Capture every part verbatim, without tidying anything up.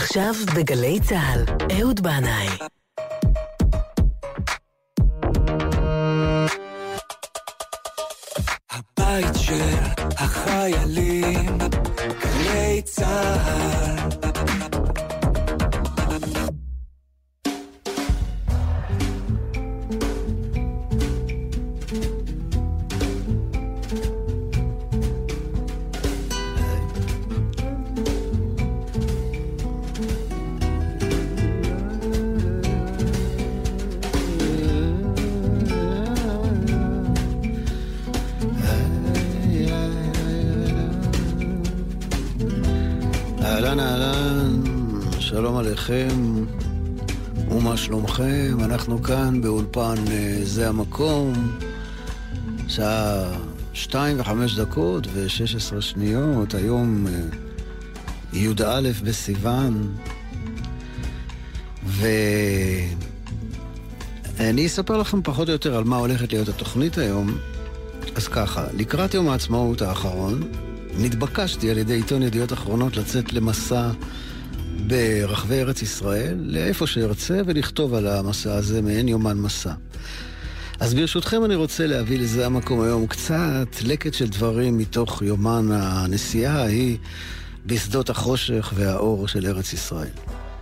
עכשיו בגלי צהל, אהוד בנאי. הבית של החיילים, גלי צהל. אהלן אהלן, שלום עליכם, ומה שלומכם? אנחנו כאן באולפן זה המקום, שעה שתיים וחמש דקות ושש עשרה שניות, היום י' א' בסיוון, ואני אספר לכם פחות או יותר על מה הולכת להיות התוכנית היום. אז ככה, לקראת יום העצמאות האחרון, נתבקשתי על ידי עיתון ידיעות אחרונות לצאת למסע ברחבי ארץ ישראל, לאיפה שארצה, ולכתוב על המסע הזה מעין יומן מסע. אז ברשותכם אני רוצה להביא לזה המקום היום קצת לקט של דברים מתוך יומן הנסיעה ההיא בשדות החושך והאור של ארץ ישראל.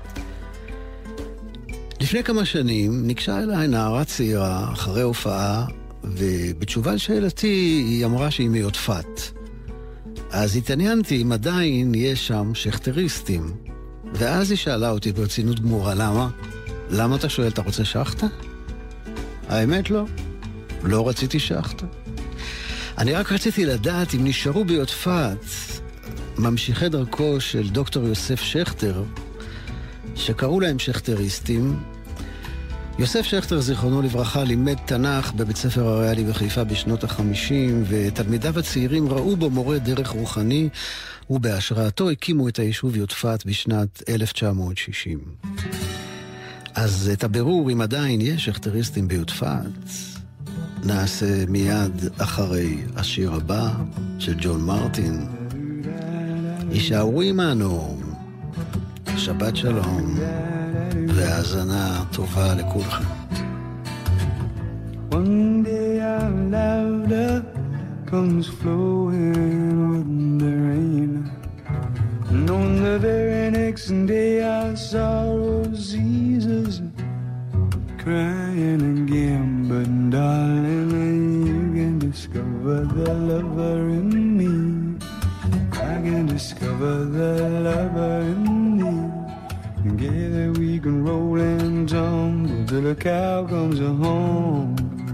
לפני כמה שנים ניגשה אליי נערה צעירה אחרי הופעה, ובתשובה לשאלתי היא אמרה שהיא מיודפת. אז התעניינתי אם עדיין יש שם שכתריסטים. ואז היא שאלה אותי ברצינות גמורה, למה? למה אתה שואל, אתה רוצה שחטה? האמת לא. לא רציתי שחטה. אני רק רציתי לדעת אם נשארו ביודפת ממשיכי דרכו של דוקטור יוסף שכטר, שקראו להם שכתריסטים. יוסף שכטר, זיכרונו לברכה, לימד תנ"ך בבית ספר הריאלי בחיפה בשנות החמישים, ותלמידיו הצעירים ראו בו מורה דרך רוחני, ובהשראתו הקימו את היישוב יודפת בשנת אלף תשע מאות שישים. אז את הבירור אם עדיין יש שכתריסטים ביודפת נעשה מיד אחרי השיר הבא של ג'ון מרטין. יישארו עמנו, שבת שלום והאזנה טובה לכולכם. One day our laughter comes flowing with the rain, and on the very next day our sorrow ceases, crying again. But darling, you can discover the lover in me. I can discover the lover in me. Together we can roll and tumble till the cow comes home.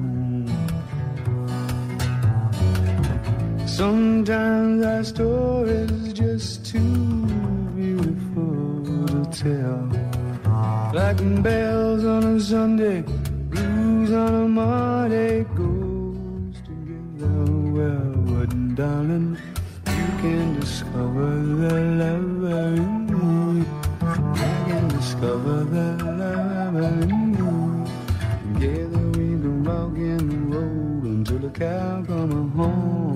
Sometimes our story's just too beautiful to tell. Like bells on a Sunday, blues on a Monday, goes together well. But darling, you can discover the lover in me. I can discover the lover in me. Together we can rock and roll until the cow comes home.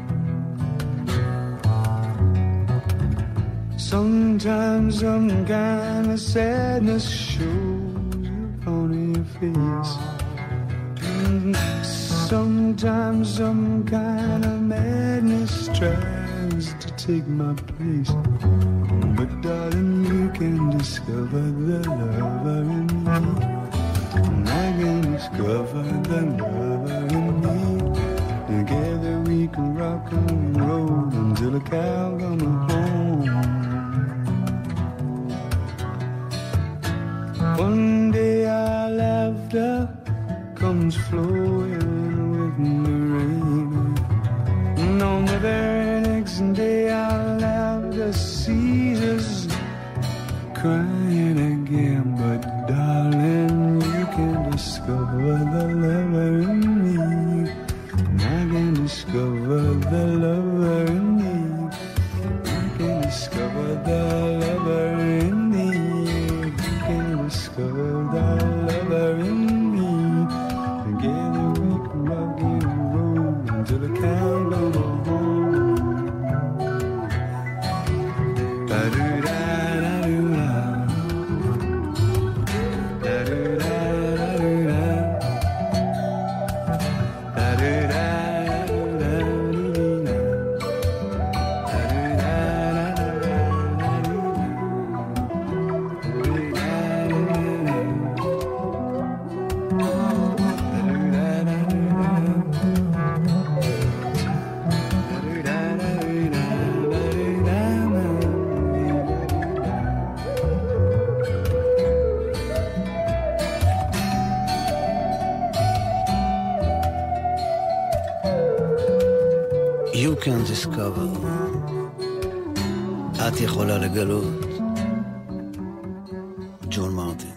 Sometimes some kind of sadness shows upon your face, and sometimes some kind of madness tries to take my place. But darling, you can discover the lover in me, and I can discover the lover in me. Together we can rock and roll until the cow comes home. One day our laughter comes flowing with the rain, and on the very next day our laughter ceases, crying again. But darling, you can discover the lover in me, and I can discover the lover in me. You can discover the lover in me. You can discover the lover in me. Together we can rock and roll until the cow comes home. Ba-do-da-da-do-da. can discover. את יכולה לגלות. ג'ון מרטין.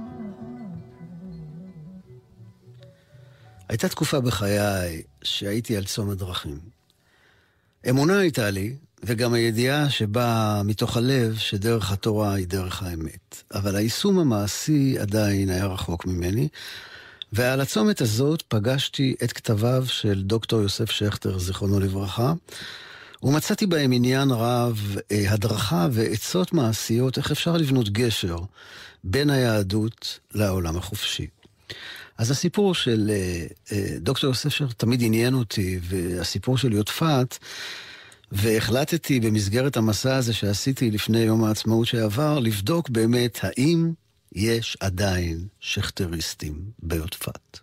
הייתה תקופה בחיי שהייתי על צומת דרכים. אמונה הייתה לי, וגם הידיעה שבאה מתוך הלב שדרך התורה היא דרך האמת. אבל היישום המעשי עדיין היה רחוק ממני, ועל הצומת הזאת פגשתי את כתביו של דוקטור יוסף שכטר, זיכרונו לברכה, ומצאתי בהם עניין רב, הדרכה ועצות מעשיות, איך אפשר לבנות גשר בין היהדות לעולם החופשי. אז הסיפור של דוקטור יוסף שכטר תמיד עניין אותי, והסיפור של יודפת, והחלטתי במסגרת המסע הזה שעשיתי לפני יום העצמאות שעבר, לבדוק באמת האם יש עדיין שכטריסטים ביודפת.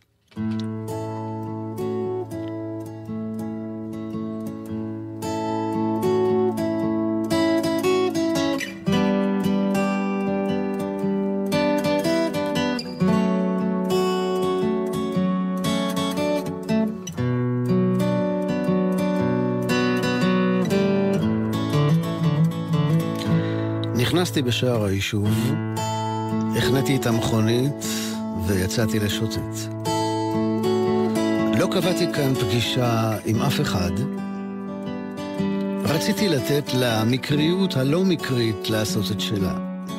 נכנסתי בשער היישוב, הכנתי את המכונית ויצאתי לשוטט. לא קבעתי כאן פגישה עם אף אחד. רציתי לתת למקריות הלא מקרית לעשות את שלה.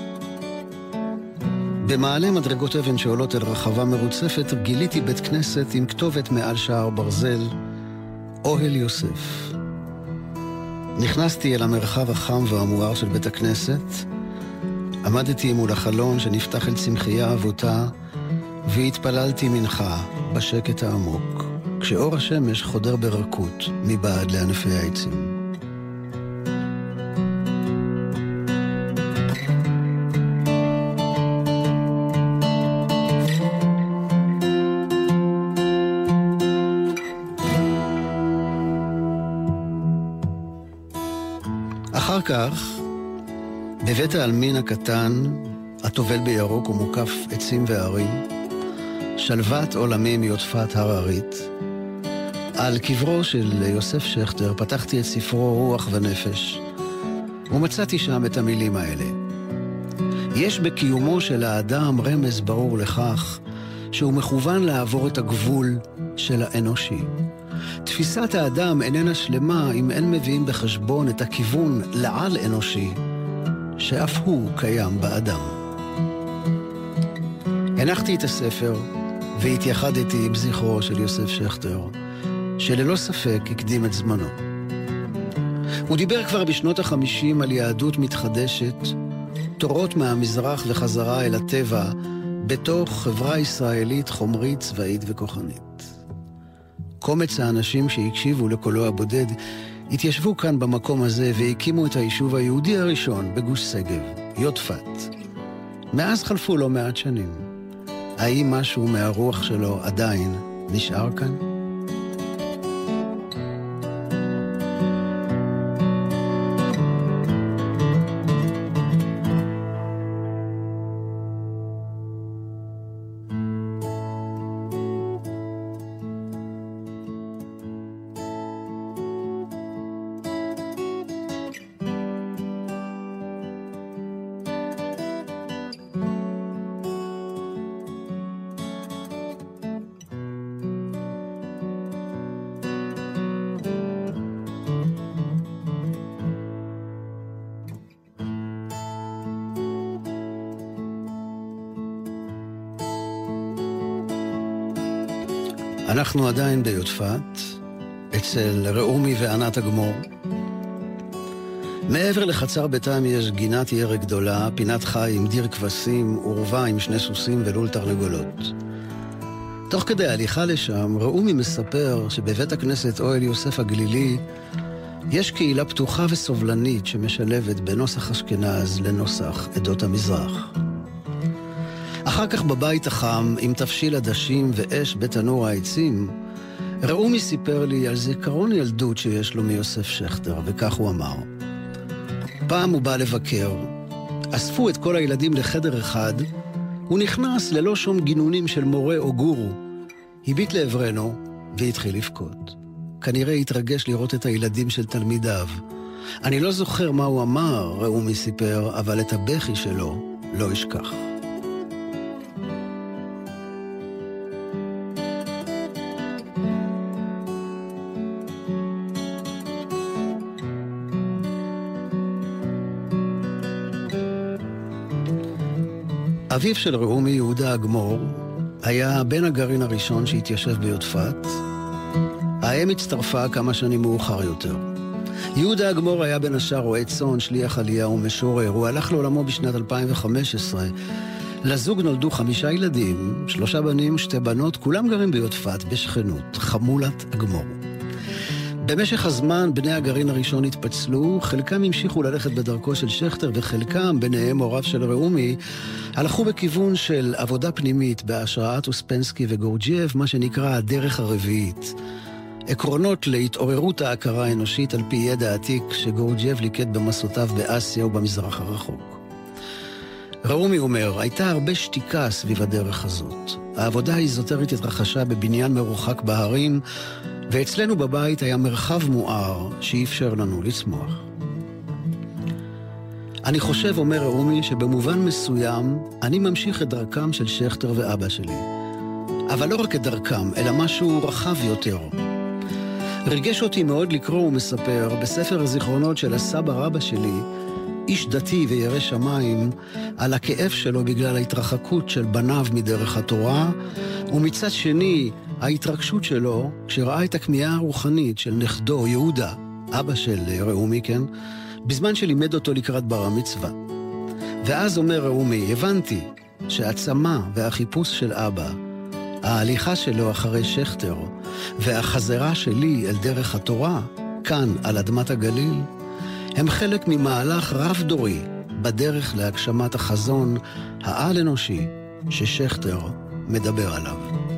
במעלה מדרגות אבן שעולות אל רחבה מרוצפת, גיליתי בית כנסת עם כתובת מעל שער ברזל, אוהל יוסף. נכנסתי אל המרחב החם והמואר של בית הכנסת, עמדתי מול החלון שנפתח אל צמחייה אבותה, והתפללתי מנחה בשקט העמוק, כשאור השמש חודר ברכות מבעד לענפי העצים. אחר כך, בבית העלמין הקטן, הטובל בירוק ומוקף עצים וערים, שלוות עולמי מיודפת הררית, על קברו של יוסף שכטר פתחתי את ספרו רוח ונפש, ומצאתי שם את המילים האלה. יש בקיומו של האדם רמז ברור לכך שהוא מכוון לעבור את הגבול של האנושי. תפיסת האדם איננה שלמה אם אין מביאים בחשבון את הכיוון לעל אנושי, שאף הוא קיים באדם. הנחתי את הספר והתייחדתי עם זכרו של יוסף שכטר, שללא ספק הקדים את זמנו. הוא דיבר כבר בשנות החמישים על יהדות מתחדשת, תורות מהמזרח וחזרה אל הטבע, בתוך חברה ישראלית חומרית, צבאית וכוחנית. קומץ האנשים שהקשיבו לקולו הבודד התיישבו כאן במקום הזה והקימו את היישוב היהודי הראשון בגוש שגב, יודפת. מאז חלפו לא מעט שנים. האם משהו מהרוח שלו עדיין נשאר כאן? אנחנו עדיין ביודפת, אצל ראומי וענת הגמור. מעבר לחצר ביתם יש גינת ירק גדולה, פינת חי עם דיר כבשים, עורבה עם שני סוסים ולול תרנגולות. תוך כדי הליכה לשם, ראומי מספר שבבית הכנסת אוהל יוסף הגלילי יש קהילה פתוחה וסובלנית שמשלבת בנוסח אשכנז לנוסח עדות המזרח. אחר כך בבית החם, עם תפשיל עדשים ואש בתנור העצים, ראומי סיפר לי על זיכרון ילדות שיש לו מיוסף שכטר, וכך הוא אמר. פעם הוא בא לבקר, אספו את כל הילדים לחדר אחד, הוא נכנס ללא שום גינונים של מורה או גורו, הביט לעברנו והתחיל לבכות. כנראה התרגש לראות את הילדים של תלמידיו. אני לא זוכר מה הוא אמר, ראומי סיפר, אבל את הבכי שלו לא אשכח. אביו של ראומי, יהודה אגמור, היה בן הגרעין הראשון שהתיישב ביודפת. האם הצטרפה כמה שנים מאוחר יותר. יהודה אגמור היה בין השאר רועה צאן, שליח עלייה ומשורר. הוא הלך לעולמו בשנת אלפיים וחמש עשרה. לזוג נולדו חמישה ילדים, שלושה בנים, שתי בנות, כולם גרים ביודפת, בשכנות, חמולת אגמור. במשך הזמן בני הגרעין הראשון התפצלו, חלקם המשיכו ללכת בדרכו של שכטר, וחלקם, ביניהם הוריו של ראומי, הלכו בכיוון של עבודה פנימית בהשראת אוספנסקי וגורג'ייב, מה שנקרא הדרך הרביעית. עקרונות להתעוררות ההכרה האנושית על פי ידע עתיק שגורג'ייב ליקט במסעותיו באסיה ובמזרח הרחוק. ראומי אומר, הייתה הרבה שתיקה סביב הדרך הזאת. העבודה האיזוטרית התרחשה בבניין מרוחק בהרים, ואצלנו בבית היה מרחב מואר שאפשר לנו לצמוח. אני חושב, אומר ראומי, שבמובן מסוים אני ממשיך את דרכם של שכטר ואבא שלי. אבל לא רק את דרכם, אלא משהו רחב יותר. ריגש אותי מאוד לקרוא, הוא מספר, בספר הזיכרונות של הסבא רבא שלי, איש דתי וירא שמיים, על הכאב שלו בגלל ההתרחקות של בניו מדרך התורה, ומצד שני, ההתרגשות שלו כשראה את הכמיהה הרוחנית של נכדו יהודה, אבא של ראומי, כן? בזמן שלימד אותו לקראת בר המצווה. ואז אומר ראומי, הבנתי שהעצמה והחיפוש של אבא, ההליכה שלו אחרי שכטר, והחזרה שלי אל דרך התורה, כאן על אדמת הגליל, הם חלק ממהלך רב דורי בדרך להגשמת החזון העל אנושי ששכטר מדבר עליו.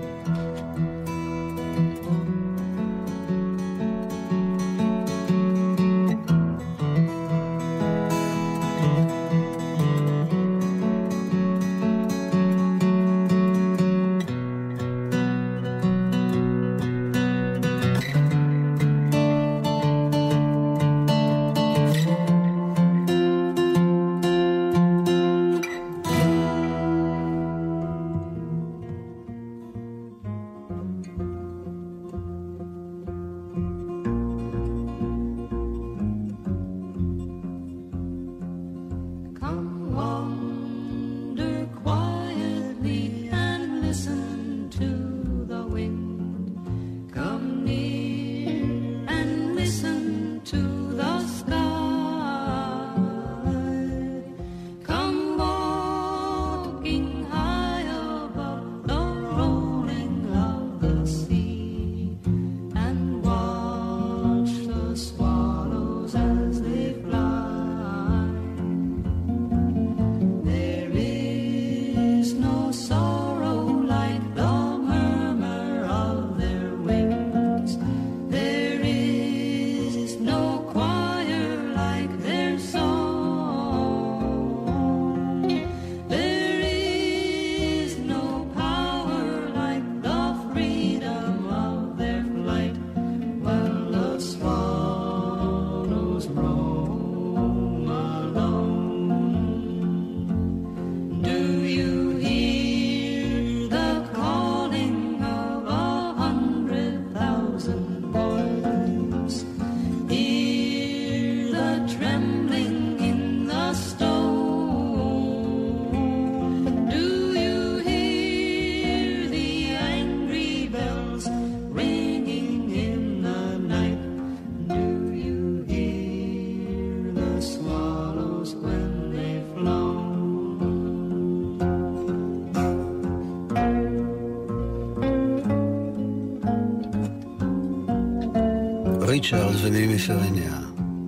ריצ'רד ומימי פרניה,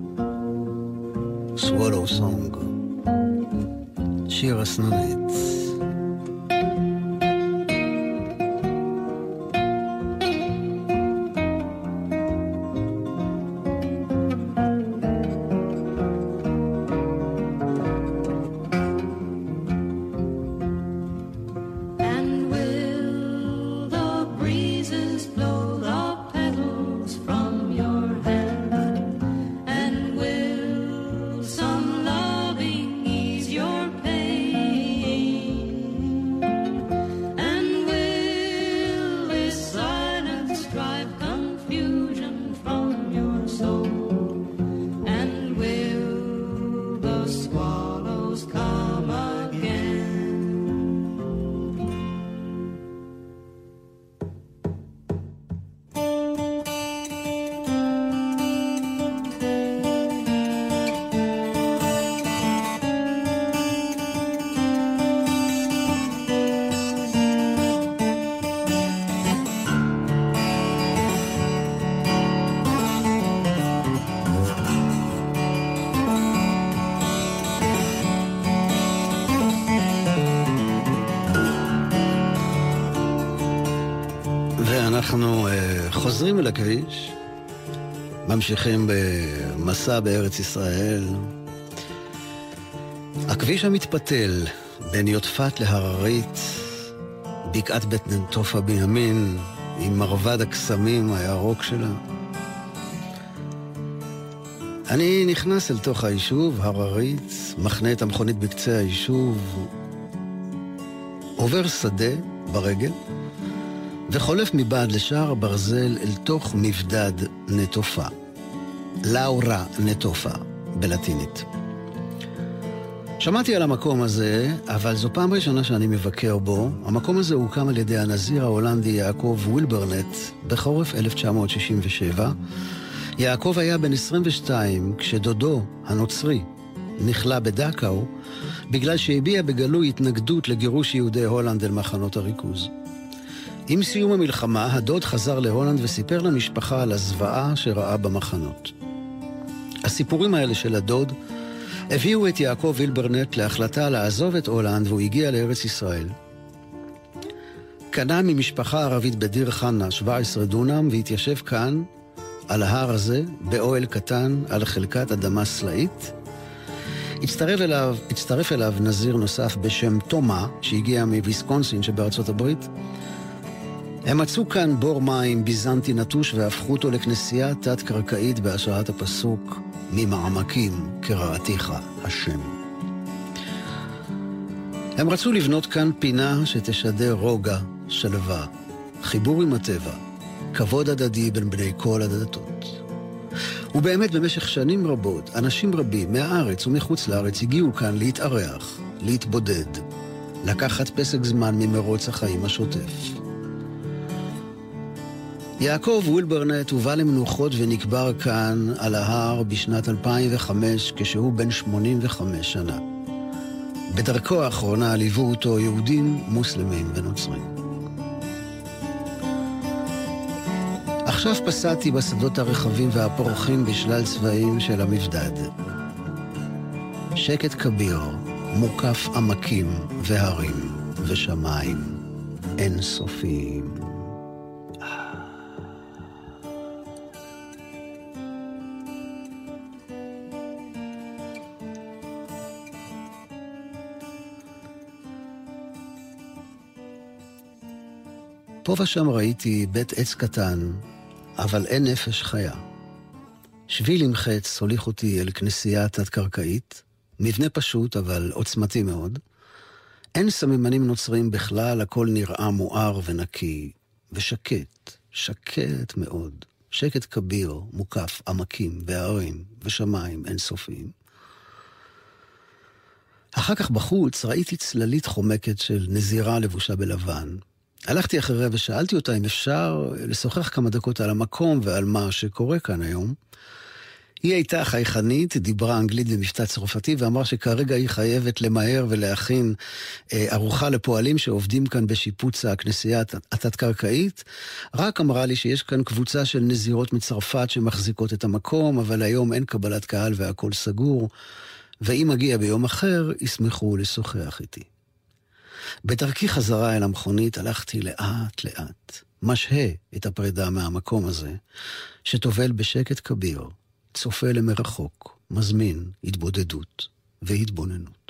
סוולו סונג, שיר הסנונית. And will the breezes blow the petals from אנחנו uh, חוזרים אל הכביש, ממשיכים במסע בארץ ישראל. הכביש המתפתל בין יודפת להררית, בקעת בית נטופה בנימין, עם מרבד הקסמים הירוק שלה. אני נכנס אל תוך היישוב, הררית, מחנה את המכונית בקצה היישוב, עובר שדה ברגל, וחולף מבעד לשער ברזל אל תוך מבדד נטופה. לאורה נטופה, בלטינית. שמעתי על המקום הזה, אבל זו פעם ראשונה שאני מבקר בו. המקום הזה הוקם על ידי הנזיר ההולנדי יעקב וילברנט בחורף אלף תשע מאות שישים ושבע. יעקב היה בן עשרים ושתיים כשדודו הנוצרי נכלה בדקאו, בגלל שהביע בגלוי התנגדות לגירוש יהודי הולנד אל מחנות הריכוז. עם סיום המלחמה, הדוד חזר להולנד וסיפר למשפחה על הזוועה שראה במחנות. הסיפורים האלה של הדוד הביאו את יעקב וילברנט להחלטה לעזוב את הולנד, והוא הגיע לארץ ישראל. קנה ממשפחה ערבית בדיר חנה שבע עשרה דונם, והתיישב כאן, על ההר הזה, באוהל קטן, על חלקת אדמה סלעית. הצטרף אליו, הצטרף אליו נזיר נוסף בשם תומה, שהגיע מוויסקונסין שבארצות הברית. הם מצאו כאן בור מים ביזנטי נטוש והפכו אותו לכנסייה תת-קרקעית בהשראת הפסוק ממעמקים קראתיך השם. הם רצו לבנות כאן פינה שתשדר רוגע, שלווה, חיבור עם הטבע, כבוד הדדי בין בני כל הדתות. ובאמת במשך שנים רבות, אנשים רבים מהארץ ומחוץ לארץ הגיעו כאן להתארח, להתבודד, לקחת פסק זמן ממרוץ החיים השוטף. יעקב וילברנט הובא למנוחות ונקבר כאן על ההר בשנת אלפיים וחמש כשהוא בן שמונים וחמש שנה. בדרכו האחרונה ליוו אותו יהודים, מוסלמים ונוצרים. עכשיו פסעתי בשדות הרחבים והפורחים בשלל צבעים של המבדד. שקט כביר, מוקף עמקים והרים ושמיים אינסופיים. פה ושם ראיתי בית עץ קטן, אבל אין נפש חיה. שביל עם חץ הוליך אותי אל כנסייה תת-קרקעית, מבנה פשוט אבל עוצמתי מאוד. אין סממנים נוצרים בכלל, הכל נראה מואר ונקי, ושקט, שקט מאוד. שקט כביר, מוקף עמקים והרים ושמיים אינסופיים. אחר כך בחוץ ראיתי צללית חומקת של נזירה לבושה בלבן. הלכתי אחריה ושאלתי אותה אם אפשר לשוחח כמה דקות על המקום ועל מה שקורה כאן היום. היא הייתה חייכנית, דיברה אנגלית במבטא צרפתי, ואמר שכרגע היא חייבת למהר ולהכין אה, ארוחה לפועלים שעובדים כאן בשיפוץ הכנסייה התת-קרקעית. רק אמרה לי שיש כאן קבוצה של נזירות מצרפת שמחזיקות את המקום, אבל היום אין קבלת קהל והכל סגור, ואם מגיע ביום אחר, ישמחו לשוחח איתי. בדרכי חזרה אל המכונית הלכתי לאט לאט, משהה את הפרידה מהמקום הזה, שטובל בשקט כביר, צופה למרחוק, מזמין התבודדות והתבוננות.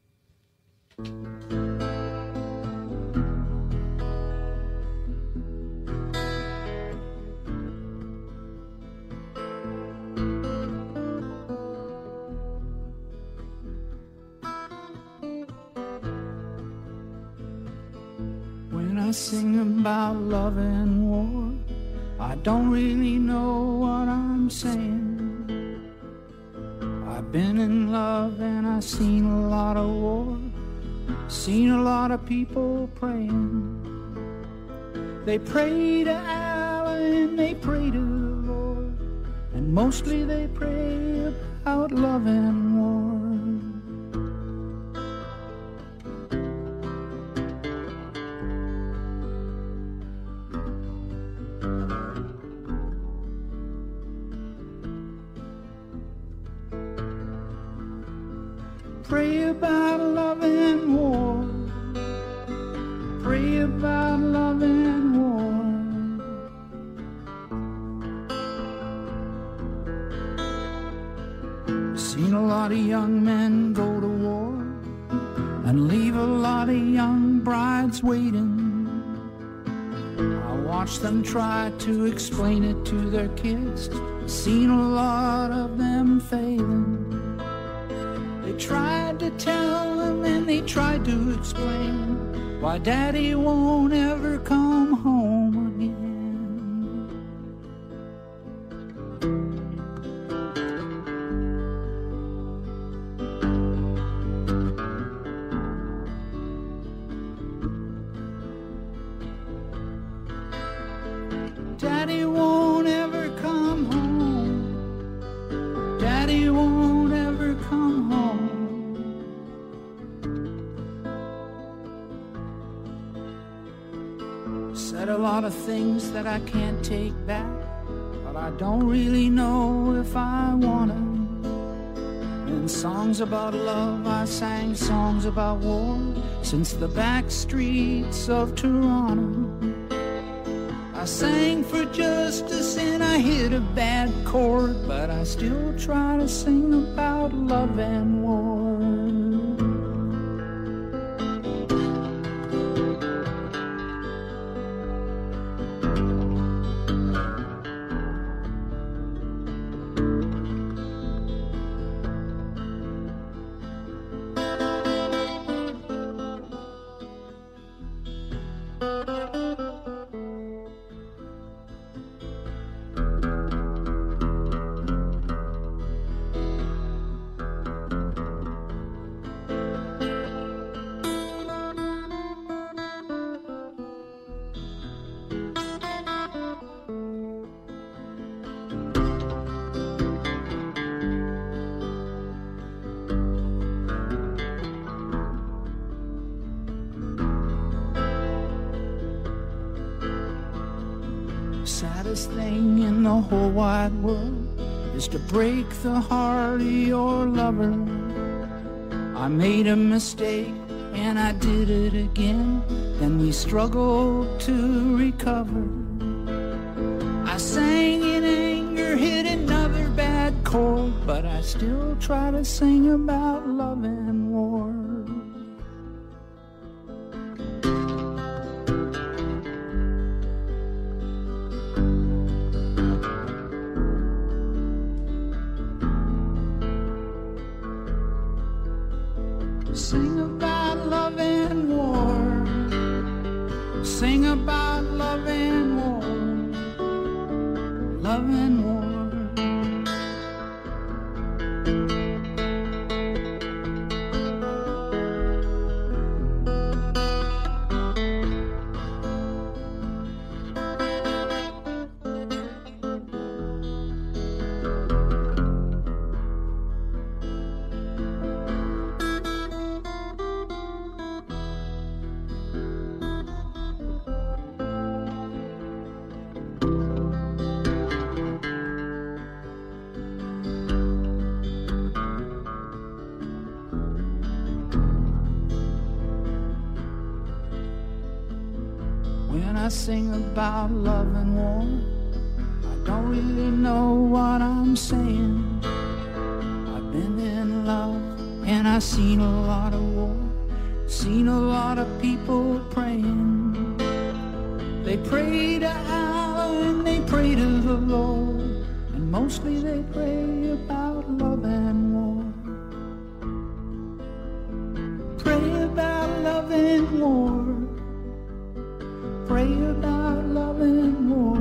I sing about love and war, I don't really know what I'm saying. I've been in love and I've seen a lot of war, seen a lot of people praying. They pray to Allah and they pray to the Lord, and mostly they pray about love and war. Pray about love and war. Pray about love and war. lot of young men go to war and leave a lot of young brides waiting. I watch them try to explain it to their kids. Seen a lot of them failing. They tried to tell them and they tried to explain why daddy won't ever come home again. Daddy won't ever come home. Daddy won't ever come home. Said a lot of things that I can't take back, but I don't really know if I wanna. In songs about love I sang songs about war, since the back streets of Toronto. I sang for justice and I hit a bad chord, but I still try to sing about love and war. Saddest thing in the whole wide world is to break the heart of your lover. I made a mistake and I did it again, then we struggled to recover. I sang in anger, hit another bad chord, but I still try to sing about love and war. Sing about love and war. Sing about love and war. Love and war. When I sing about love and war, I don't really know what I'm saying. I've been in love and I've seen a lot of war, seen a lot of people praying. They pray to Allah and they pray to the Lord, and mostly they pray about love and war. Pray about love and war. Pray about love and war.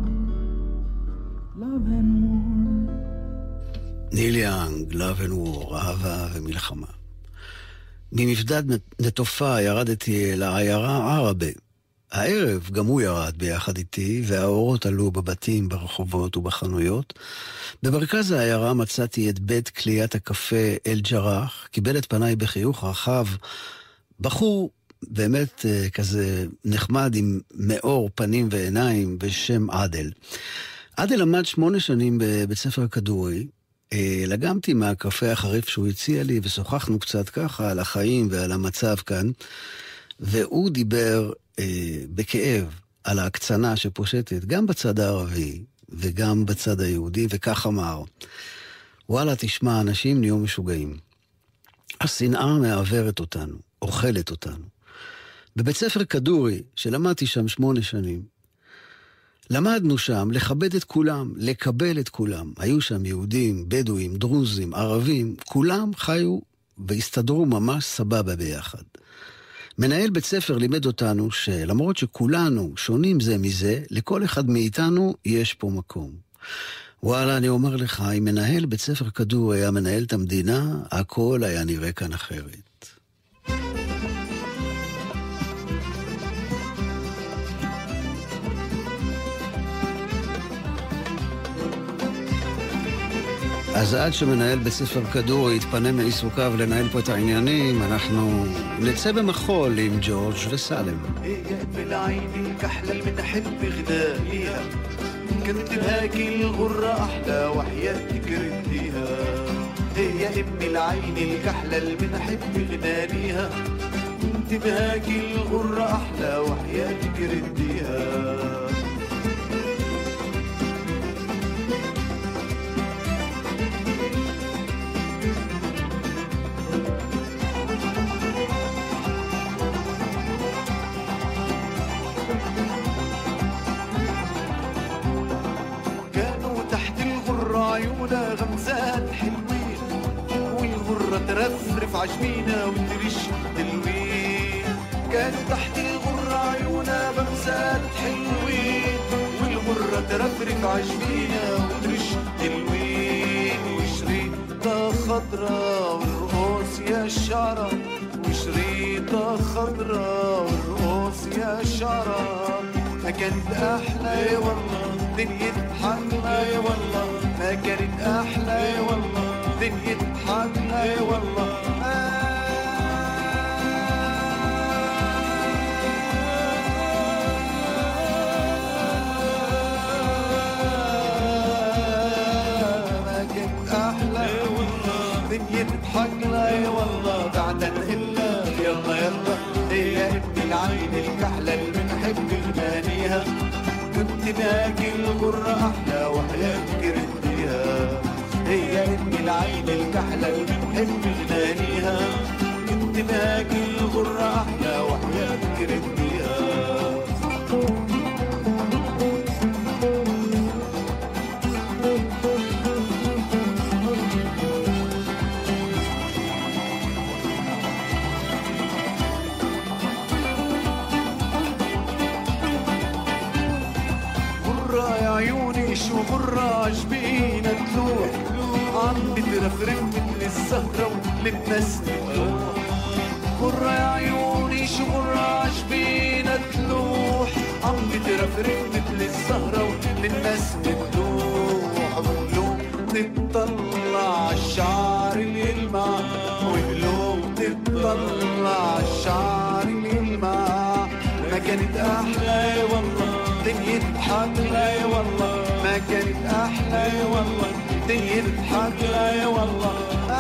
Love and war. ניל יאנג, Love and War, אהבה ומלחמה. ממפדד נטופה ירדתי לעיירה ערבה. הערב גם הוא ירד ביחד איתי, והאורות עלו בבתים, ברחובות ובחנויות. במרכז העיירה מצאתי את בית קליית הקפה אל ג'רח, קיבל את פניי בחיוך רחב, בחור באמת כזה נחמד עם מאור פנים ועיניים בשם עדל. עדל למד שמונה שנים בבית ספר כדורי, לגמתי מהקפה החריף שהוא הציע לי ושוחחנו קצת ככה על החיים ועל המצב כאן, והוא דיבר אה, בכאב על ההקצנה שפושטת גם בצד הערבי וגם בצד היהודי, וכך אמר: וואלה, תשמע, אנשים נהיו משוגעים. השנאה מעברת אותנו, אוכלת אותנו. בבית ספר כדורי, שלמדתי שם שמונה שנים, למדנו שם לכבד את כולם, לקבל את כולם. היו שם יהודים, בדואים, דרוזים, ערבים, כולם חיו והסתדרו ממש סבבה ביחד. מנהל בית ספר לימד אותנו שלמרות שכולנו שונים זה מזה, לכל אחד מאיתנו יש פה מקום. וואלה, אני אומר לך, אם מנהל בית ספר כדור היה מנהל את המדינה, הכל היה נראה כאן אחרת. אז עד שמנהל בית ספר כדור יתפנה מעיסוקיו לנהל פה את העניינים, אנחנו נצא במחול עם ג'ורג' וסלם. كتبها كل غرة أحلى وحياتك رديها هي ام العين الكحلة اللي بنحب غنانيها كتبها كل غرة أحلى وحياتك رديها عيونا غمزات حلوين والغرة ترفرف عجمينا وترش دلوين كانوا تحت الغرة عيونا غمزات حلوين والغرة ترفرف عجمينا وترش دلوين وشريطة خضرا والرؤوس يا الشعرة وشريطة خضرا والرؤوس يا الشعرة ما كانت أحلى يا والله دنيا حقنا يا والله ما كانت أحلى يا والله دنيا حقنا يا والله ما كانت أحلى يا والله دنيا حقنا يا والله بعد إلا يلا يلا هي ابن العين الكحلة اللي بنحب غنانيها كنت باقي الغرة أحلى وحياتك رديها هي ابن العين الكحلة اللي بنحب غنانيها كنت باقي الغرة أحلى وحياتك رديها شو غرة عجبينا تلوح عم بترفرف مثل الزهرة ولبناس تلوح غرة يا عيوني شو غرة عجبينا تلوح عم بترفرف مثل الزهرة ولبناس تلوح وقلوب تطلع عالشعر اللي يلمع وقلوب تطلع عالشعر اللي يلمع ما كانت أحلى والله دنيا حقنا يا والله ما كانت أحلى يا والله دنيا حقنا يا والله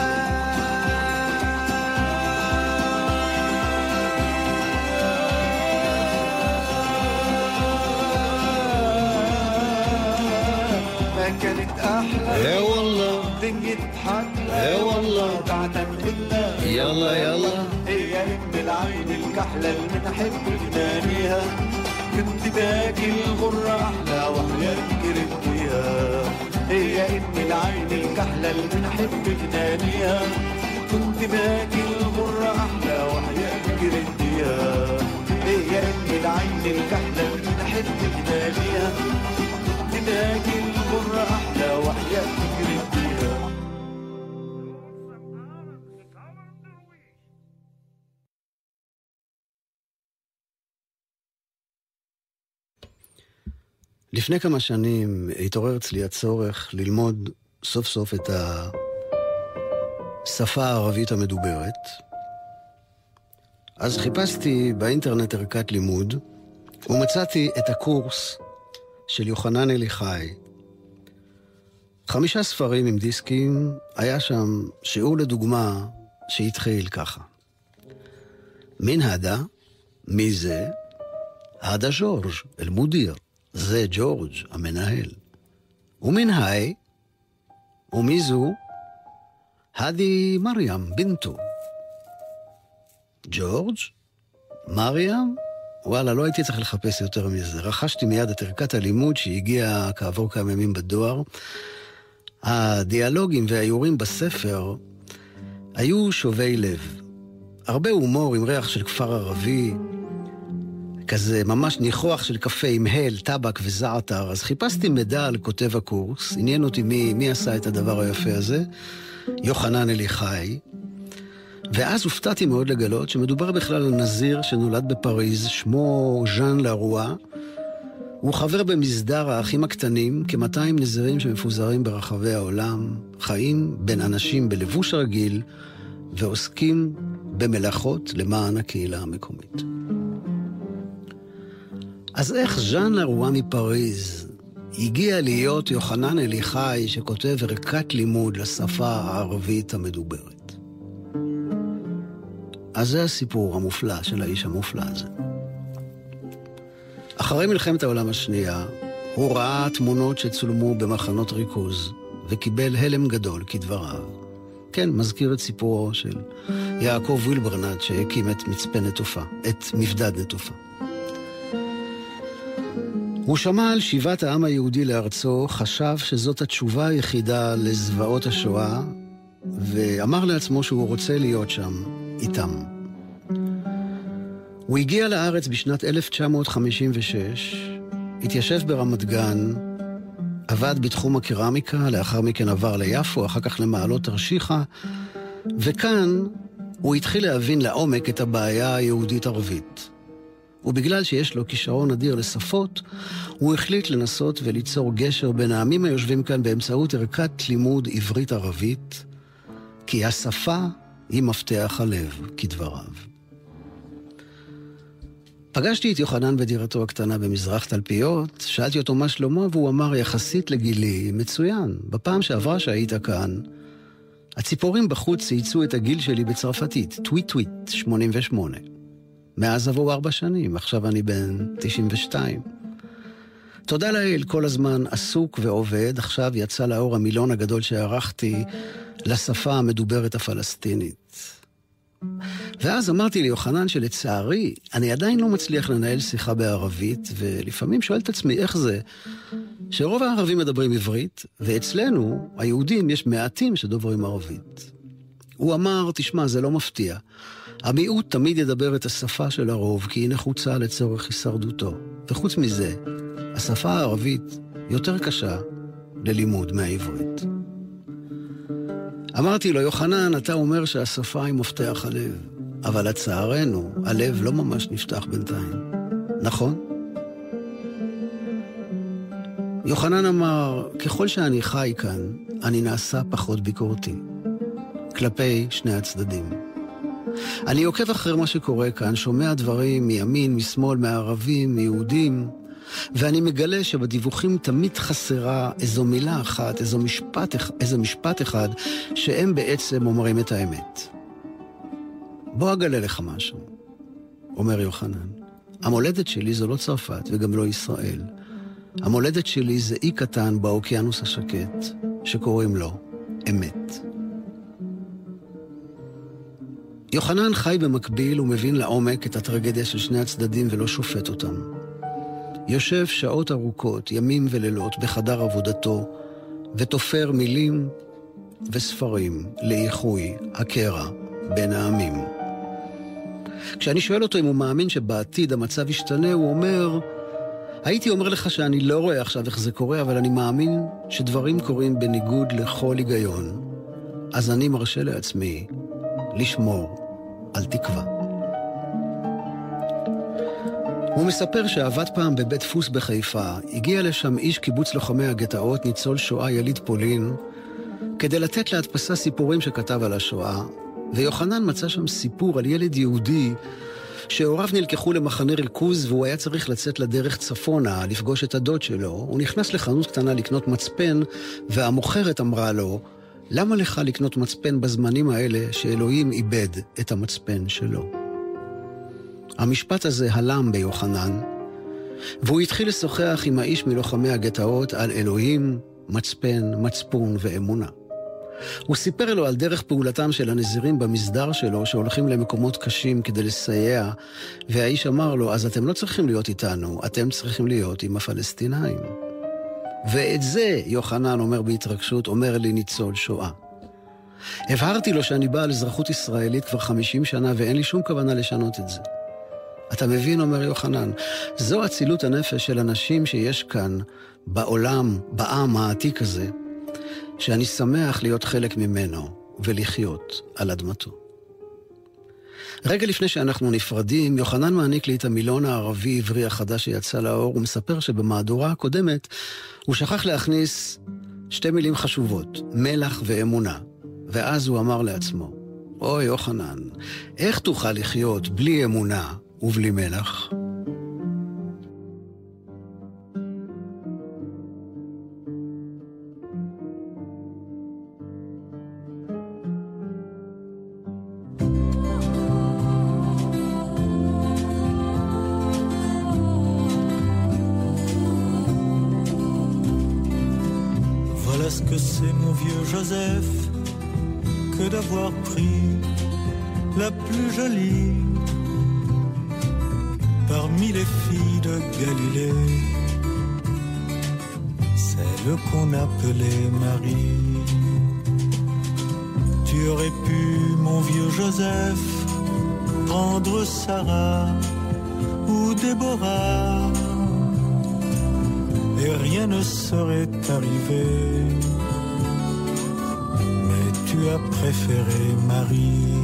ما كانت أحلى يا والله دنيا حقنا يا والله بعدك إلا يلا يلا هي ام العين الكحلة اللي بنحب غنانيها كنت باقي الغرة أحلى وحياتك رديها هي ام العين الكحلة اللي بنحب غنانيها كنت باقي الغرة أحلى وحياتك رديها هي ام العين الكحلة اللي بنحب غنانيها كنت باقي الغرة أحلى وحياتك رديها לפני כמה שנים התעורר אצלי הצורך ללמוד סוף סוף את השפה הערבית המדוברת. אז חיפשתי באינטרנט ערכת לימוד, ומצאתי את הקורס של יוחנן אליחי. חמישה ספרים עם דיסקים, היה שם שיעור לדוגמה שהתחיל ככה. מן הדה, מי זה? הדה ג'ורג' אל-מודיר. זה ג'ורג' המנהל. ומן היי, ומי זו? הדי מריאם, בינתו. ג'ורג'? מריאם? וואלה, לא הייתי צריך לחפש יותר מזה. רכשתי מיד את ערכת הלימוד שהגיעה כעבור כמה ימים בדואר. הדיאלוגים והאיורים בספר היו שובי לב. הרבה הומור עם ריח של כפר ערבי, כזה ממש ניחוח של קפה עם הל, טבק וזעתר. אז חיפשתי מידע על כותב הקורס, עניין אותי מי, מי עשה את הדבר היפה הזה, יוחנן אליחי, ואז הופתעתי מאוד לגלות שמדובר בכלל על נזיר שנולד בפריז, שמו ז'אן לרוע. הוא חבר במסדר האחים הקטנים, כ-מאתיים נזירים שמפוזרים ברחבי העולם, חיים בין אנשים בלבוש רגיל, ועוסקים במלאכות למען הקהילה המקומית. אז איך ז'אן לרוע מפריז הגיע להיות יוחנן אליחי שכותב ערכת לימוד לשפה הערבית המדוברת? אז זה הסיפור המופלא של האיש המופלא הזה. אחרי מלחמת העולם השנייה, הוא ראה תמונות שצולמו במחנות ריכוז, וקיבל הלם גדול כדבריו. כן, מזכיר את סיפורו של יעקב וילברנט שהקים את מצפה נטופה, את מבדד נטופה. הוא שמע על שיבת העם היהודי לארצו, חשב שזאת התשובה היחידה לזוועות השואה, ואמר לעצמו שהוא רוצה להיות שם איתם. הוא הגיע לארץ בשנת אלף תשע מאות חמישים ושש, התיישב ברמת גן, עבד בתחום הקרמיקה, לאחר מכן עבר ליפו, אחר כך למעלות תרשיחא, וכאן הוא התחיל להבין לעומק את הבעיה היהודית-ערבית. ובגלל שיש לו כישרון אדיר לשפות, הוא החליט לנסות וליצור גשר בין העמים היושבים כאן באמצעות ערכת לימוד עברית-ערבית, כי השפה היא מפתח הלב, כדבריו. פגשתי את יוחנן בדירתו הקטנה במזרח תלפיות, שאלתי אותו מה שלמה, והוא אמר יחסית לגילי, מצוין. בפעם שעברה שהיית כאן, הציפורים בחוץ צייצו את הגיל שלי בצרפתית, טוויט טוויט, שמונים ושמונה. מאז עברו ארבע שנים, עכשיו אני בן תשעים ושתיים. תודה לאל, כל הזמן עסוק ועובד, עכשיו יצא לאור המילון הגדול שערכתי לשפה המדוברת הפלסטינית. ואז אמרתי ליוחנן שלצערי, אני עדיין לא מצליח לנהל שיחה בערבית, ולפעמים שואל את עצמי איך זה, שרוב הערבים מדברים עברית, ואצלנו, היהודים, יש מעטים שדוברים ערבית. הוא אמר, תשמע, זה לא מפתיע. המיעוט תמיד ידבר את השפה של הרוב, כי היא נחוצה לצורך הישרדותו. וחוץ מזה, השפה הערבית יותר קשה ללימוד מהעברית. אמרתי לו, יוחנן, אתה אומר שהשפה היא מפתח הלב, אבל לצערנו, הלב לא ממש נפתח בינתיים. נכון? יוחנן אמר, ככל שאני חי כאן, אני נעשה פחות ביקורתי, כלפי שני הצדדים. אני עוקב אחרי מה שקורה כאן, שומע דברים מימין, משמאל, מערבים, מיהודים, ואני מגלה שבדיווחים תמיד חסרה איזו מילה אחת, איזו משפט, איזו משפט אחד, שהם בעצם אומרים את האמת. בוא אגלה לך משהו, אומר יוחנן. המולדת שלי זו לא צרפת וגם לא ישראל. המולדת שלי זה אי קטן באוקיינוס השקט, שקוראים לו אמת. יוחנן חי במקביל ומבין לעומק את הטרגדיה של שני הצדדים ולא שופט אותם. יושב שעות ארוכות, ימים ולילות, בחדר עבודתו, ותופר מילים וספרים לאיחוי הקרע בין העמים. כשאני שואל אותו אם הוא מאמין שבעתיד המצב ישתנה, הוא אומר, הייתי אומר לך שאני לא רואה עכשיו איך זה קורה, אבל אני מאמין שדברים קורים בניגוד לכל היגיון. אז אני מרשה לעצמי לשמור על תקווה. הוא מספר שעבד פעם בבית דפוס בחיפה, הגיע לשם איש קיבוץ לוחמי הגטאות, ניצול שואה יליד פולין, כדי לתת להדפסה סיפורים שכתב על השואה, ויוחנן מצא שם סיפור על ילד יהודי שהוריו נלקחו למחנה ריכוז והוא היה צריך לצאת לדרך צפונה, לפגוש את הדוד שלו. הוא נכנס לחנות קטנה לקנות מצפן, והמוכרת אמרה לו, למה לך לקנות מצפן בזמנים האלה שאלוהים איבד את המצפן שלו? המשפט הזה הלם ביוחנן, והוא התחיל לשוחח עם האיש מלוחמי הגטאות על אלוהים, מצפן, מצפון ואמונה. הוא סיפר לו על דרך פעולתם של הנזירים במסדר שלו, שהולכים למקומות קשים כדי לסייע, והאיש אמר לו, אז אתם לא צריכים להיות איתנו, אתם צריכים להיות עם הפלסטינאים. ואת זה, יוחנן אומר בהתרגשות, אומר לי ניצול שואה. הבהרתי לו שאני בא על אזרחות ישראלית כבר חמישים שנה, ואין לי שום כוונה לשנות את זה. אתה מבין, אומר יוחנן, זו אצילות הנפש של אנשים שיש כאן, בעולם, בעם העתיק הזה, שאני שמח להיות חלק ממנו ולחיות על אדמתו. רגע לפני שאנחנו נפרדים, יוחנן מעניק לי את המילון הערבי-עברי החדש שיצא לאור, ומספר שבמהדורה הקודמת הוא שכח להכניס שתי מילים חשובות, מלח ואמונה. ואז הוא אמר לעצמו, אוי יוחנן, איך תוכל לחיות בלי אמונה ובלי מלח? Voilà ce que c'est mon vieux Joseph, que d'avoir pris la plus jolie parmi les filles de Galilée, celle qu'on appelait Marie. Tu aurais pu, mon vieux Joseph, prendre Sarah ou Déborah, et rien ne serait arrivé. Mais tu as préféré Marie.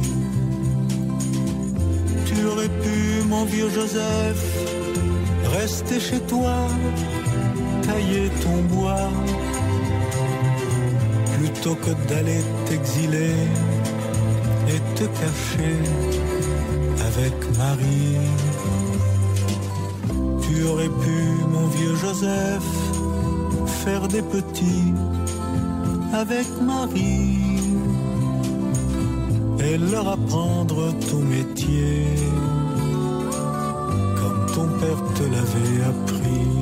Tu aurais pu, mon vieux Joseph, rester chez toi, tailler ton bois, plutôt que d'aller t'exiler et te cacher avec Marie. Tu aurais pu, mon vieux Joseph, faire des petits avec Marie et leur apprendre ton métier comme ton père te l'avait appris.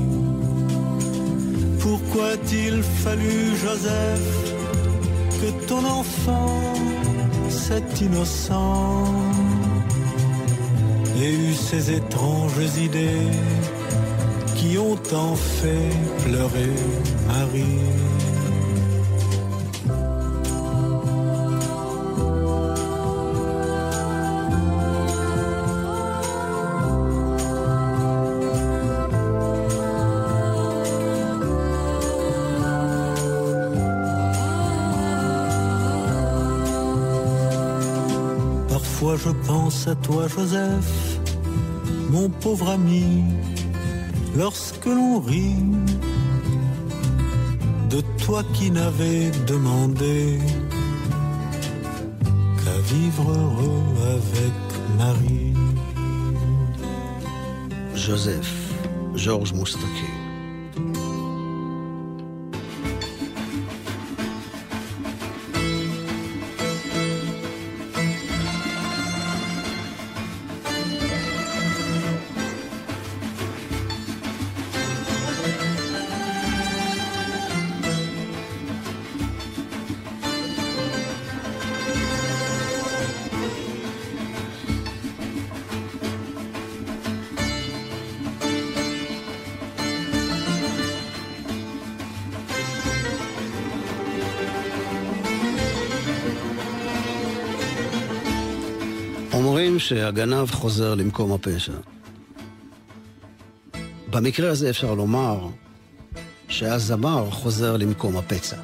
Pourquoi a-t-il fallu, Joseph, que ton enfant, cet innocent, ait eu ces étranges idées qui ont tant fait pleurer Marie? Parfois je pense à toi, Joseph, mon pauvre ami, lorsque l'on rit de toi qui n'avais demandé qu'à vivre heureux avec Marie. Joseph, Georges Moustaki. אומרים שהגנב חוזר למקום הפשע. במקרה הזה אפשר לומר שהזמר חוזר למקום הפצע.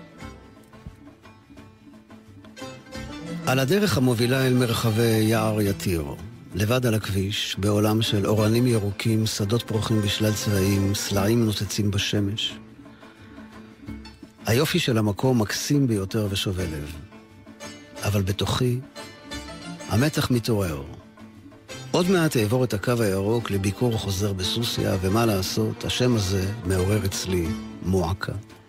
על הדרך המובילה אל מרחבי יער יתיר, לבד על הכביש, בעולם של אורנים ירוקים, שדות פרוחים בשלל צבעים, סלעים נוצצים בשמש. היופי של המקום מקסים ביותר ושובה לב. אבל בתוכי המתח מתעורר. עוד מעט אעבור את הקו הירוק לביקור חוזר בסוסיה, ומה לעשות, השם הזה מעורר אצלי מועקה.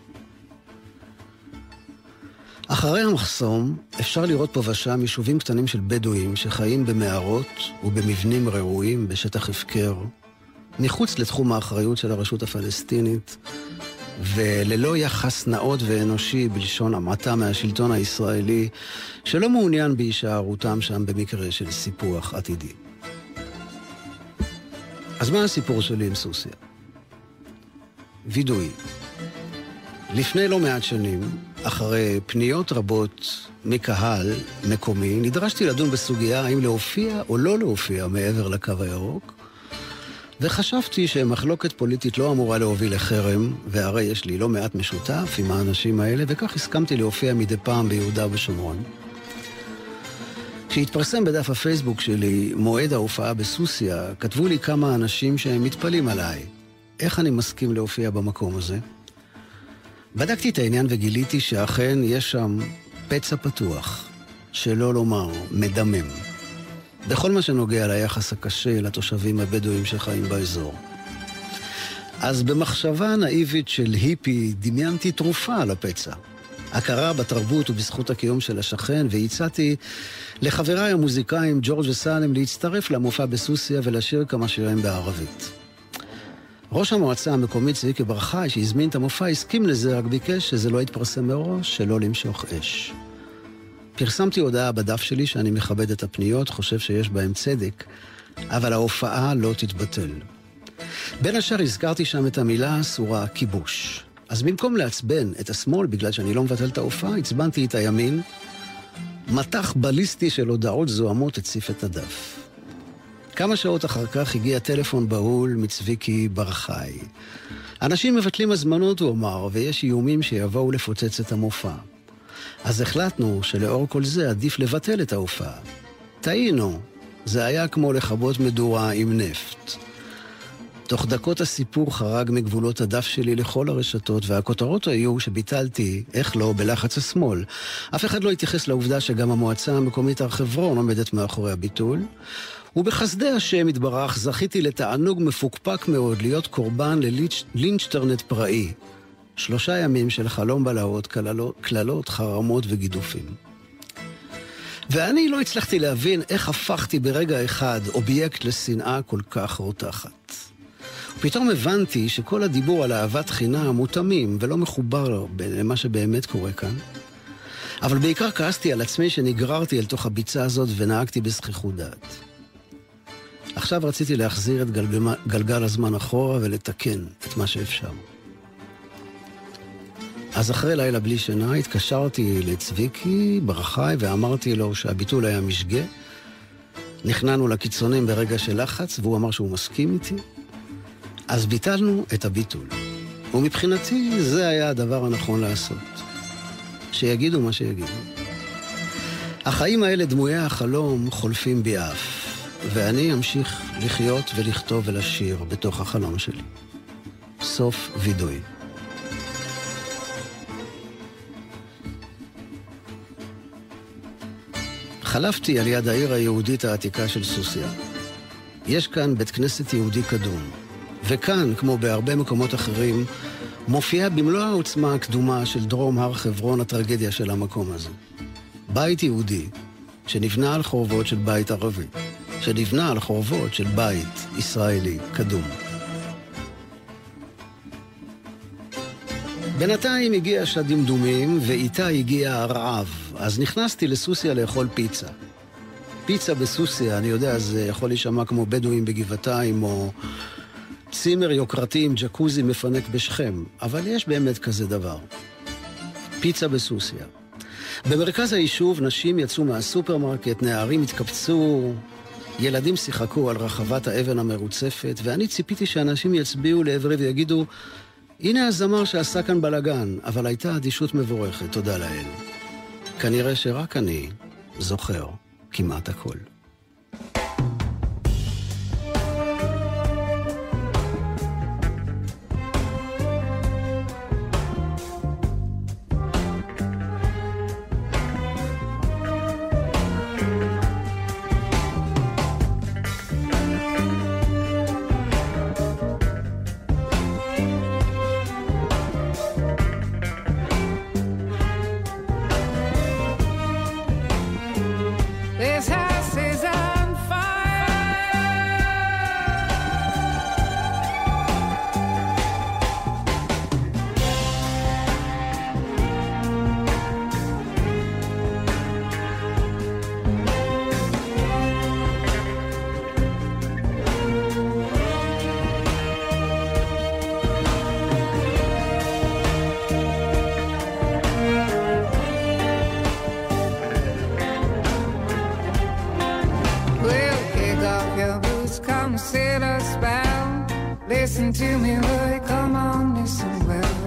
אחרי המחסום אפשר לראות פה ושם יישובים קטנים של בדואים שחיים במערות ובמבנים רעועים בשטח הפקר, מחוץ לתחום האחריות של הרשות הפלסטינית, וללא יחס נאות ואנושי בלשון המעטה מהשלטון הישראלי, שלא מעוניין בהישארותם שם במקרה של סיפוח עתידי. אז מה הסיפור שלי עם סוסיא? וידוי. לפני לא מעט שנים, אחרי פניות רבות מקהל מקומי, נדרשתי לדון בסוגיה האם להופיע או לא להופיע מעבר לקו הירוק, וחשבתי שמחלוקת פוליטית לא אמורה להוביל לחרם, והרי יש לי לא מעט משותף עם האנשים האלה, וכך הסכמתי להופיע מדי פעם ביהודה ושומרון. כשהתפרסם בדף הפייסבוק שלי מועד ההופעה בסוסיא, כתבו לי כמה אנשים שהם מתפלים עליי. איך אני מסכים להופיע במקום הזה? בדקתי את העניין וגיליתי שאכן יש שם פצע פתוח, שלא לומר מדמם, בכל מה שנוגע ליחס הקשה לתושבים הבדואים שחיים באזור. אז במחשבה נאיבית של היפי דמיינתי תרופה על הפצע. הכרה בתרבות ובזכות הקיום של השכן, והצעתי לחבריי המוזיקאים ג'ורג' וסלם להצטרף למופע בסוסיא ולשיר כמה שירים בערבית. ראש המועצה המקומית צביקי בר חי שהזמין את המופע הסכים לזה, רק ביקש שזה לא יתפרסם מראש, שלא למשוך אש. פרסמתי הודעה בדף שלי שאני מכבד את הפניות, חושב שיש בהם צדק, אבל ההופעה לא תתבטל. בין השאר הזכרתי שם את המילה האסורה כיבוש. אז במקום לעצבן את השמאל בגלל שאני לא מבטל את ההופעה, הצבנתי את הימין, מתח בליסטי של הודעות זוהמות הציף את הדף. כמה שעות אחר כך הגיע טלפון בהול מצביקי בר חי. אנשים מבטלים הזמנות, הוא אמר, ויש איומים שיבואו לפוצץ את המופע. אז החלטנו שלאור כל זה עדיף לבטל את ההופעה. טעינו, זה היה כמו לכבות מדורה עם נפט. תוך דקות הסיפור חרג מגבולות הדף שלי לכל הרשתות, והכותרות היו שביטלתי, איך לא, בלחץ השמאל. אף אחד לא התייחס לעובדה שגם המועצה המקומית הר חברון עומדת מאחורי הביטול, ובחסדי השם התברך זכיתי לתענוג מפוקפק מאוד להיות קורבן ללינצ'טרנט פראי. שלושה ימים של חלום בלהות, כללות, כללות, חרמות וגידופים. ואני לא הצלחתי להבין איך הפכתי ברגע אחד אובייקט לשנאה כל כך רותחת. ופתאום הבנתי שכל הדיבור על אהבת חינם הוא תמים ולא מחובר למה שבאמת קורה כאן. אבל בעיקר כעסתי על עצמי שנגררתי אל תוך הביצה הזאת ונהגתי בזכיחות דעת. עכשיו רציתי להחזיר את גלגל, גלגל הזמן אחורה ולתקן את מה שאפשר. אז אחרי לילה בלי שינה התקשרתי לצביקי בר חי ואמרתי לו שהביטול היה משגה. נכנענו לקיצונים ברגע של לחץ והוא אמר שהוא מסכים איתי. אז ביטלנו את הביטול. ומבחינתי זה היה הדבר הנכון לעשות. שיגידו מה שיגידו. החיים האלה דמויי החלום חולפים בי אף. ואני אמשיך לחיות ולכתוב ולשיר בתוך החלום שלי. סוף וידוי. חלפתי על יד העיר היהודית העתיקה של סוסיא. יש כאן בית כנסת יהודי קדום, וכאן, כמו בהרבה מקומות אחרים, מופיעה במלוא העוצמה הקדומה של דרום הר חברון הטרגדיה של המקום הזה. בית יהודי שנבנה על חורבות של בית ערבי, שנבנה על חורבות של בית ישראלי קדום. בינתיים הגיע שדמדומים ואיתה הגיע הרעב, אז נכנסתי לסוסיא לאכול פיצה. פיצה בסוסיא, אני יודע, זה יכול להישמע כמו בדואים בגבעתיים או צימר יוקרתי עם ג'קוזי מפנק בשכם, אבל יש באמת כזה דבר. פיצה בסוסיא. במרכז היישוב נשים יצאו מהסופרמרקט, נערים התקפצו, ילדים שיחקו על רחבת האבן המרוצפת, ואני ציפיתי שאנשים יצביעו לעברי ויגידו, הנה הזמר שעשה כאן בלגן, אבל הייתה אדישות מבורכת, תודה לאל. כנראה שרק אני זוכר כמעט הכל. This house is Listen to me, boy, come on, listen well.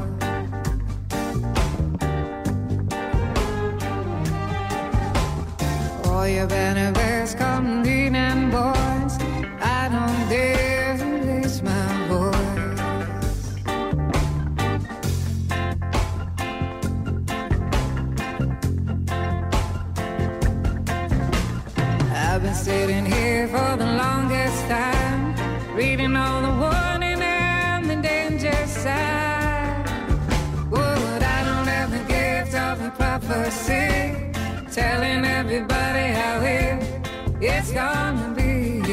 All your banner bears come leaning, boys. I don't dare to raise my voice. I've been sitting here for the longest time, reading all the warning and the danger sign. Would I don't have the gift of the prophecy, telling everybody how it, it's gonna be.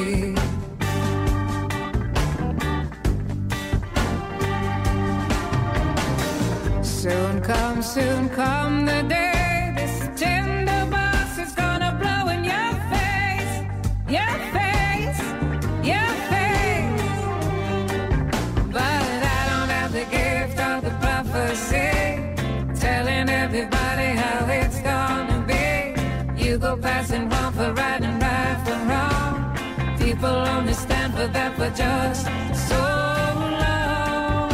Soon come, soon come the day this tender box is gonna blow in your face, your face, your face. But I don't have the gift of the prophecy, telling everybody how it's gonna be. You go passing wrong for right and right for wrong. People only stand for that for just so long.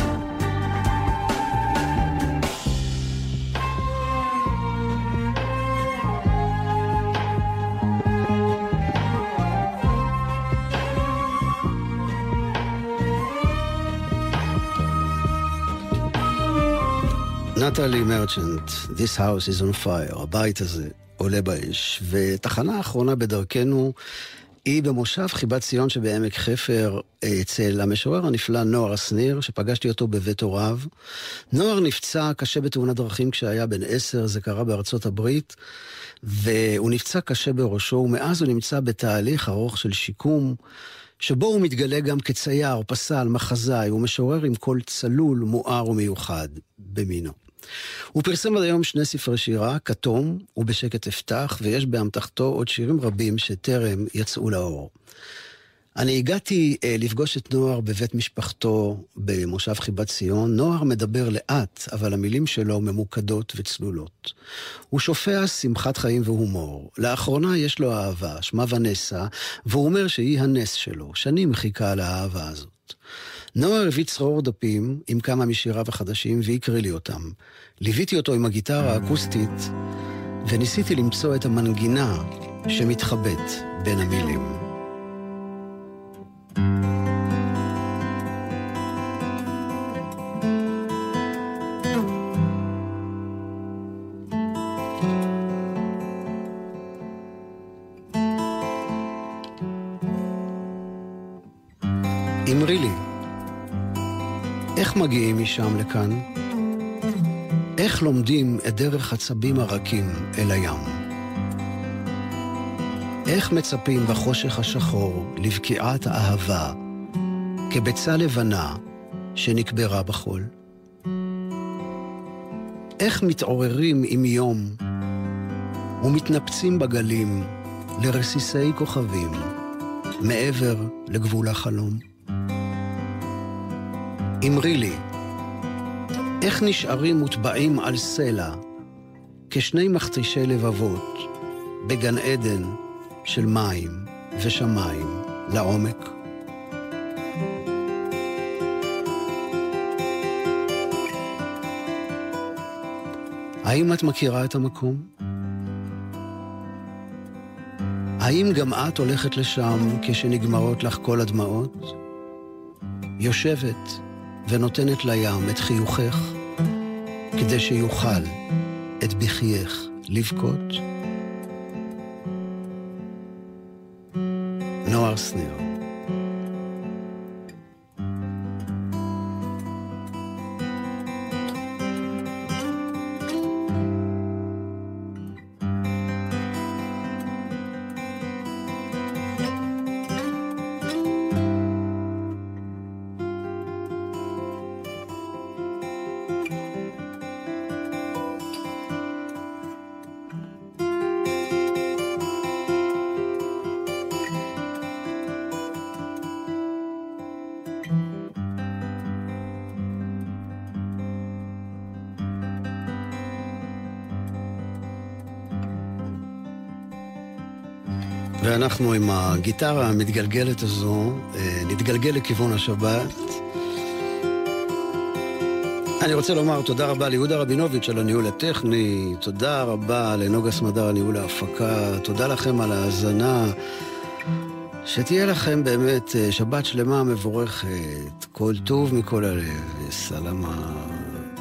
נטלי מרצ'נט, This house is on fire, הבית הזה עולה באש. ותחנה האחרונה בדרכנו היא במושב חיבת ציון שבעמק חפר, אצל המשורר הנפלא נוער שניר, שפגשתי אותו בבית הוריו. נוער נפצע קשה בתאונת דרכים כשהיה בן עשר, זה קרה בארצות הברית, והוא נפצע קשה בראשו, ומאז הוא נמצא בתהליך ארוך של שיקום, שבו הוא מתגלה גם כצייר, פסל, מחזאי, הוא משורר עם קול צלול, מואר ומיוחד במינו. הוא פרסם עד היום שני ספרי שירה, כתום ובשקט אפתח, ויש באמתחתו עוד שירים רבים שטרם יצאו לאור. אני הגעתי אה, לפגוש את נוער בבית משפחתו במושב חיבת ציון. נוער מדבר לאט, אבל המילים שלו ממוקדות וצלולות. הוא שופע שמחת חיים והומור. לאחרונה יש לו אהבה, שמה ונסה, והוא אומר שהיא הנס שלו. שנים חיכה לאהבה הזאת. נוער הביא צרור דפים עם כמה משיריו החדשים והקריא לי אותם. ליוויתי אותו עם הגיטרה האקוסטית וניסיתי למצוא את המנגינה שמתחבאת בין המילים. אמרי לי, איך מגיעים משם לכאן? איך לומדים את דרך עצבים הרכים אל הים? איך מצפים בחושך השחור לבקיעת האהבה כביצה לבנה שנקברה בחול? איך מתעוררים עם יום ומתנפצים בגלים לרסיסי כוכבים מעבר לגבול החלום? אמרי לי, איך נשארים מוטבעים על סלע כשני מכתישי לבבות בגן עדן של מים ושמיים לעומק? האם את מכירה את המקום? האם גם את הולכת לשם כשנגמרות לך כל הדמעות? יושבת ונותנת לים את חיוכך כדי שיוכל את בחייך לבכות? נוער שניר. ואנחנו עם הגיטרה המתגלגלת הזו נתגלגל לכיוון השבת אני רוצה לומר תודה רבה ליהודה רבינוביץ' על הניהול הטכני, תודה רבה לנוגה סמדר על ניהול ההפקה, תודה לכם על ההאזנה, שתהיה לכם באמת שבת שלמה מבורכת, כל טוב מכל הלב, סלמת.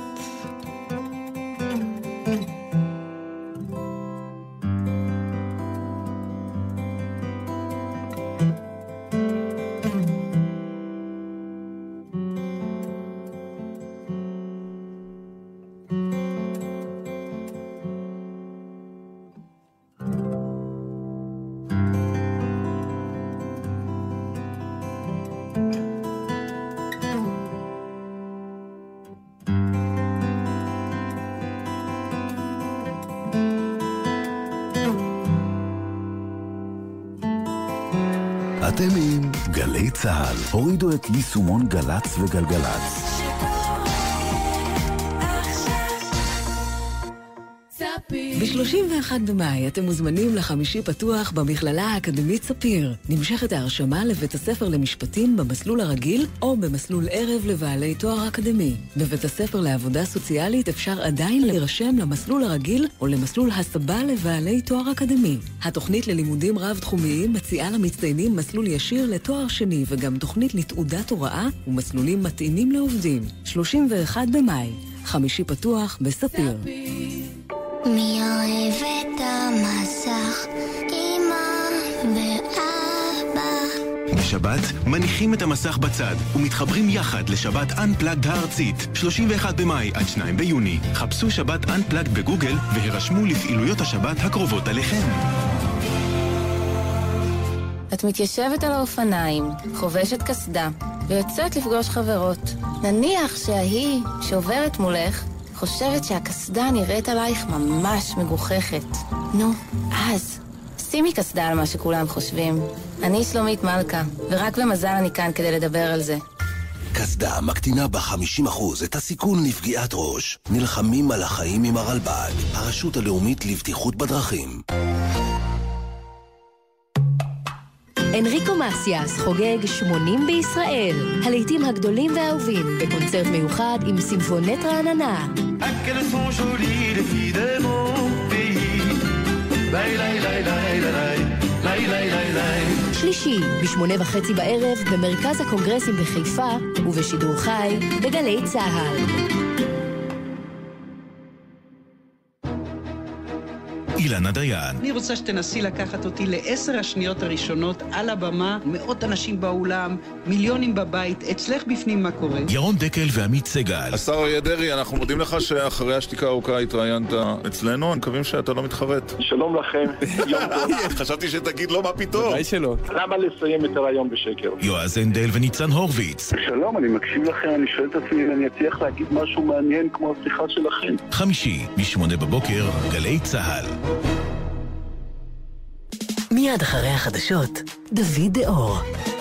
אתם עם גלי צהל. הורידו את יישומון גלץ וגלגלץ. ב-שלושים ואחד במאי אתם מוזמנים לחמישי פתוח במכללה האקדמית ספיר. נמשכת ההרשמה לבית הספר למשפטים במסלול הרגיל או במסלול ערב לבעלי תואר אקדמי. בבית הספר לעבודה סוציאלית אפשר עדיין להירשם למסלול הרגיל או למסלול הסבה לבעלי תואר אקדמי. התוכנית ללימודים רב-תחומיים מציעה למצטיינים מסלול ישיר לתואר שני וגם תוכנית לתעודת הוראה ומסלולים מתאימים לעובדים. שלושים ואחד במאי, חמישי פתוח בספיר. מי אוהב את המסך? אמא ואבא. בשבת מניחים את המסך בצד ומתחברים יחד לשבת Unplugged הארצית. שלושים ואחד במאי עד שניים ביוני. חפשו שבת Unplugged בגוגל והירשמו לפעילויות השבת הקרובות עליכם. את מתיישבת על האופניים, חובשת קסדה ויוצאת לפגוש חברות. נניח שהיא שעוברת מולך חושבת שהקסדה נראית עלייך ממש מגוחכת. נו, אז שימי קסדה על מה שכולם חושבים. אני שלומית מלכה, ורק במזל אני כאן כדי לדבר על זה. קסדה מקטינה ב-חמישים אחוז את הסיכון לפגיעת ראש. נלחמים על החיים עם הרלב"ד, הרשות הלאומית לבטיחות בדרכים. אנריקו מסיאס חוגג שמונים בישראל. הלהיטים הגדולים והאהובים בקונצרט מיוחד עם סימפונט רעננה. שלישי, בשמונה וחצי בערב במרכז הקונגרסים בחיפה ובשידור חי בגלי צהל. אילנה דיין. אני רוצה שתנסי לקחת אותי לעשר השניות הראשונות על הבמה, מאות אנשים באולם, מיליונים בבית, אצלך בפנים מה קורה? ירון דקל ועמית סגל. השר אריה דרעי, אנחנו מודים לך שאחרי השתיקה הארוכה התראיינת אצלנו, מקווים שאתה לא מתחרט. שלום לכם, יום טוב. חשבתי שתגיד לו מה פתאום. די שלא. למה לסיים את הרעיון בשקר? יועז הנדל וניצן הורוביץ. שלום, אני מקשיב לכם, אני שואל את עצמי אם אני אצליח להגיד משהו מעניין כמו השיחה שלכם. חמישי, משמונה בבוקר, גלי צהל. מיד אחרי החדשות, דוד דאור.